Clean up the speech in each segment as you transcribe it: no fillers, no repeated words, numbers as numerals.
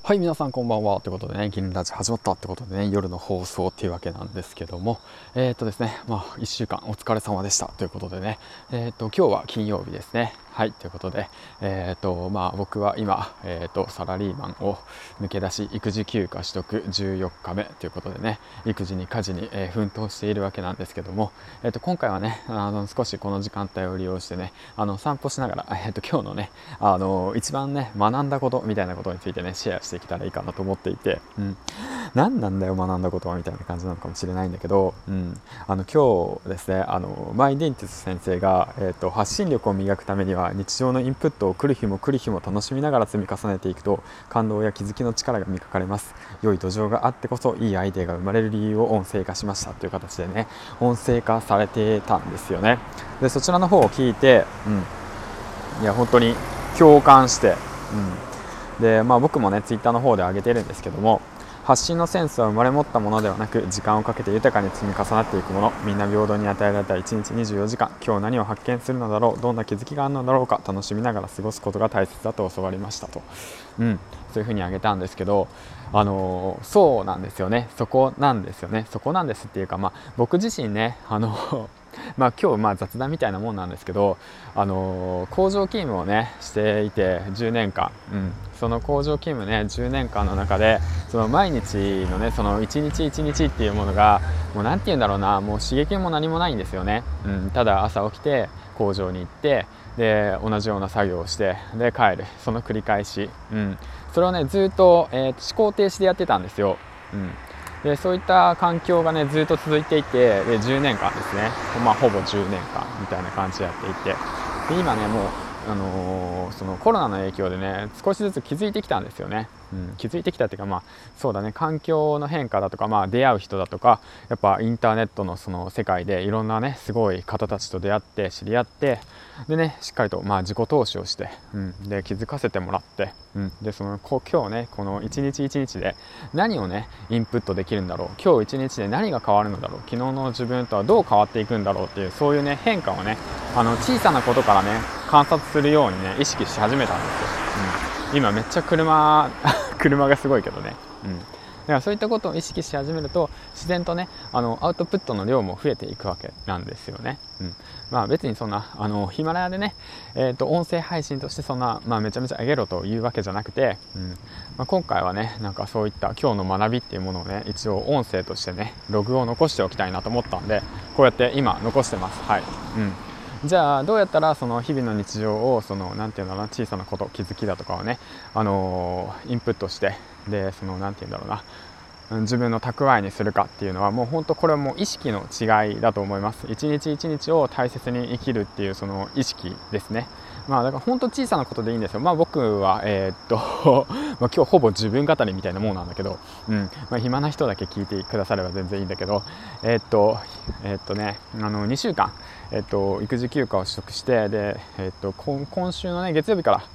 はい、皆さんこんばんはということでね、銀ラジ始まったってことでね、夜の放送っていうわけなんですけども、ですね、1週間お疲れ様でしたということでね、今日は金曜日ですね。はい、ということで、僕は今、サラリーマンを抜け出し、育児休暇取得14日目ということでね、育児に家事に、奮闘しているわけなんですけども、今回はね、少しこの時間帯を利用してね、散歩しながら、今日のね、一番ね、学んだことみたいなことについてね、シェアしていけたらいいかなと思っていて、何なんだよ学んだことはみたいな感じなのかもしれないんだけど、今日ですね、マイデンティス先生が、発信力を磨くためには日常のインプットを来る日も来る日も楽しみながら積み重ねていくと感動や気づきの力が磨かれます。良い土壌があってこそいいアイデアが生まれる理由を音声化しましたという形でね、音声化されてたんですよね。でそちらの方を聞いて、いや本当に共感して、で僕もねツイッターの方で上げてるんですけども、発信のセンスは生まれ持ったものではなく時間をかけて豊かに積み重なっていくもの。みんな平等に与えられた1日24時間、今日何を発見するのだろう、どんな気づきがあるのだろうか、楽しみながら過ごすことが大切だと教わりましたと、そういうふうに挙げたんですけど、そうなんですよね。そこなんですよね。そこなんですっていうか、僕自身ね、今日雑談みたいなもんなんですけど、工場勤務をねしていて10年間、その工場勤務ね10年間の中で、その毎日のねその一日一日っていうものがもうなんて言うんだろうな、もう刺激も何もないんですよね。ただ朝起きて工場に行って、で同じような作業をしてで帰る、その繰り返し、それをねずっと、思考停止でやってたんですよ。でそういった環境がねずっと続いていて、で10年間ですね、ほぼ10年間みたいな感じでやっていて、で今ねもう、そのコロナの影響でね少しずつ気づいてきたんですよね。気づいてきたっていうか、そうだね、環境の変化だとか、出会う人だとか、やっぱインターネットのその世界でいろんなねすごい方たちと出会って知り合って、でねしっかりと自己投資をして、で気づかせてもらって、でその今日ねこの一日一日で何をねインプットできるんだろう、今日一日で何が変わるのだろう、昨日の自分とはどう変わっていくんだろうっていう、そういうね変化をね小さなことからね観察するようにね意識し始めたんですよ。今めっちゃ車がすごいけどね。だからそういったことを意識し始めると自然とねアウトプットの量も増えていくわけなんですよね。別にそんなヒマラヤでね、音声配信としてそんな、めちゃめちゃ上げろというわけじゃなくて、今回はねなんかそういった今日の学びっていうものをね一応音声としてねログを残しておきたいなと思ったんで、こうやって今残してます。じゃあどうやったらその日々の日常をそのなんていうんだろうな、小さなこと気づきだとかをねインプットして、でそのなんていうんだろうな、自分の蓄えにするかっていうのはもう本当これはもう意識の違いだと思います。一日一日を大切に生きるっていうその意識ですね。だから本当小さなことでいいんですよ。僕は今日ほぼ自分語りみたいなもんなんだけど、暇な人だけ聞いてくだされば全然いいんだけど、2週間育児休暇を取得して、で今週のね月曜日から、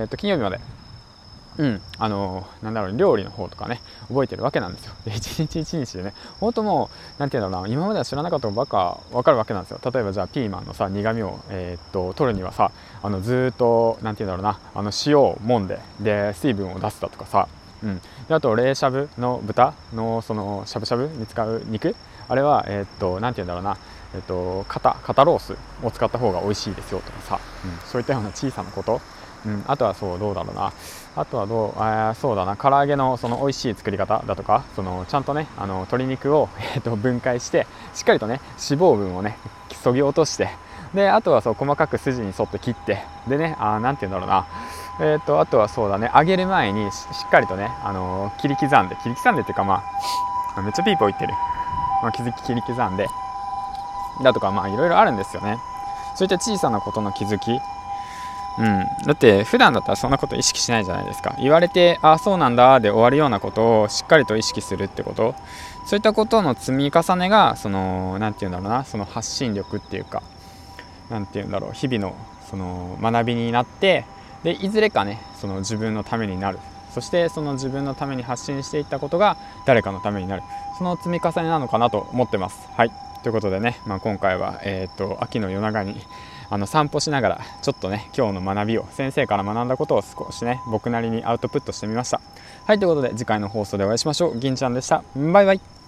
金曜日まで料理の方とかね覚えてるわけなんですよ。で一日一日でね本当もうなんていうんだろうな、今までは知らなかったことばっか分かるわけなんですよ。例えばじゃあピーマンのさ苦味を、取るにはさずっとなんていうんだろうな、塩を揉んで水分を出すだとかさ、であと冷しゃぶの豚のそのしゃぶしゃぶに使う肉、あれはなんていうんだろうな、肩ロースを使った方が美味しいですよとかさ、そういったような小さなこと、あとはどうだろうな、あとはそうだな、唐揚げのその美味しい作り方だとか、そのちゃんとね鶏肉を、分解してしっかりとね脂肪分をね削ぎ落として、であとは細かく筋に沿って切って、でねなんていうんだろうな、あとはそうだね、揚げる前にしっかりとね切り刻んでっていうか、めっちゃピーポー言ってる、切り刻んでだとかいろいろあるんですよね。そういった小さなことの気づき、だって普段だったらそんなこと意識しないじゃないですか。言われてそうなんだで終わるようなことをしっかりと意識するってこと、そういったことの積み重ねがそのなんていうんだろうな、その発信力っていうか、なんていうんだろう、日々のその学びになって、でいずれかねその自分のためになる、そしてその自分のために発信していったことが誰かのためになる、その積み重ねなのかなと思ってます。はい、ということでね、今回は秋の夜長に散歩しながらちょっとね今日の学びを、先生から学んだことを少しね僕なりにアウトプットしてみました。はい、ということで次回の放送でお会いしましょう。銀ちゃんでした。バイバイ。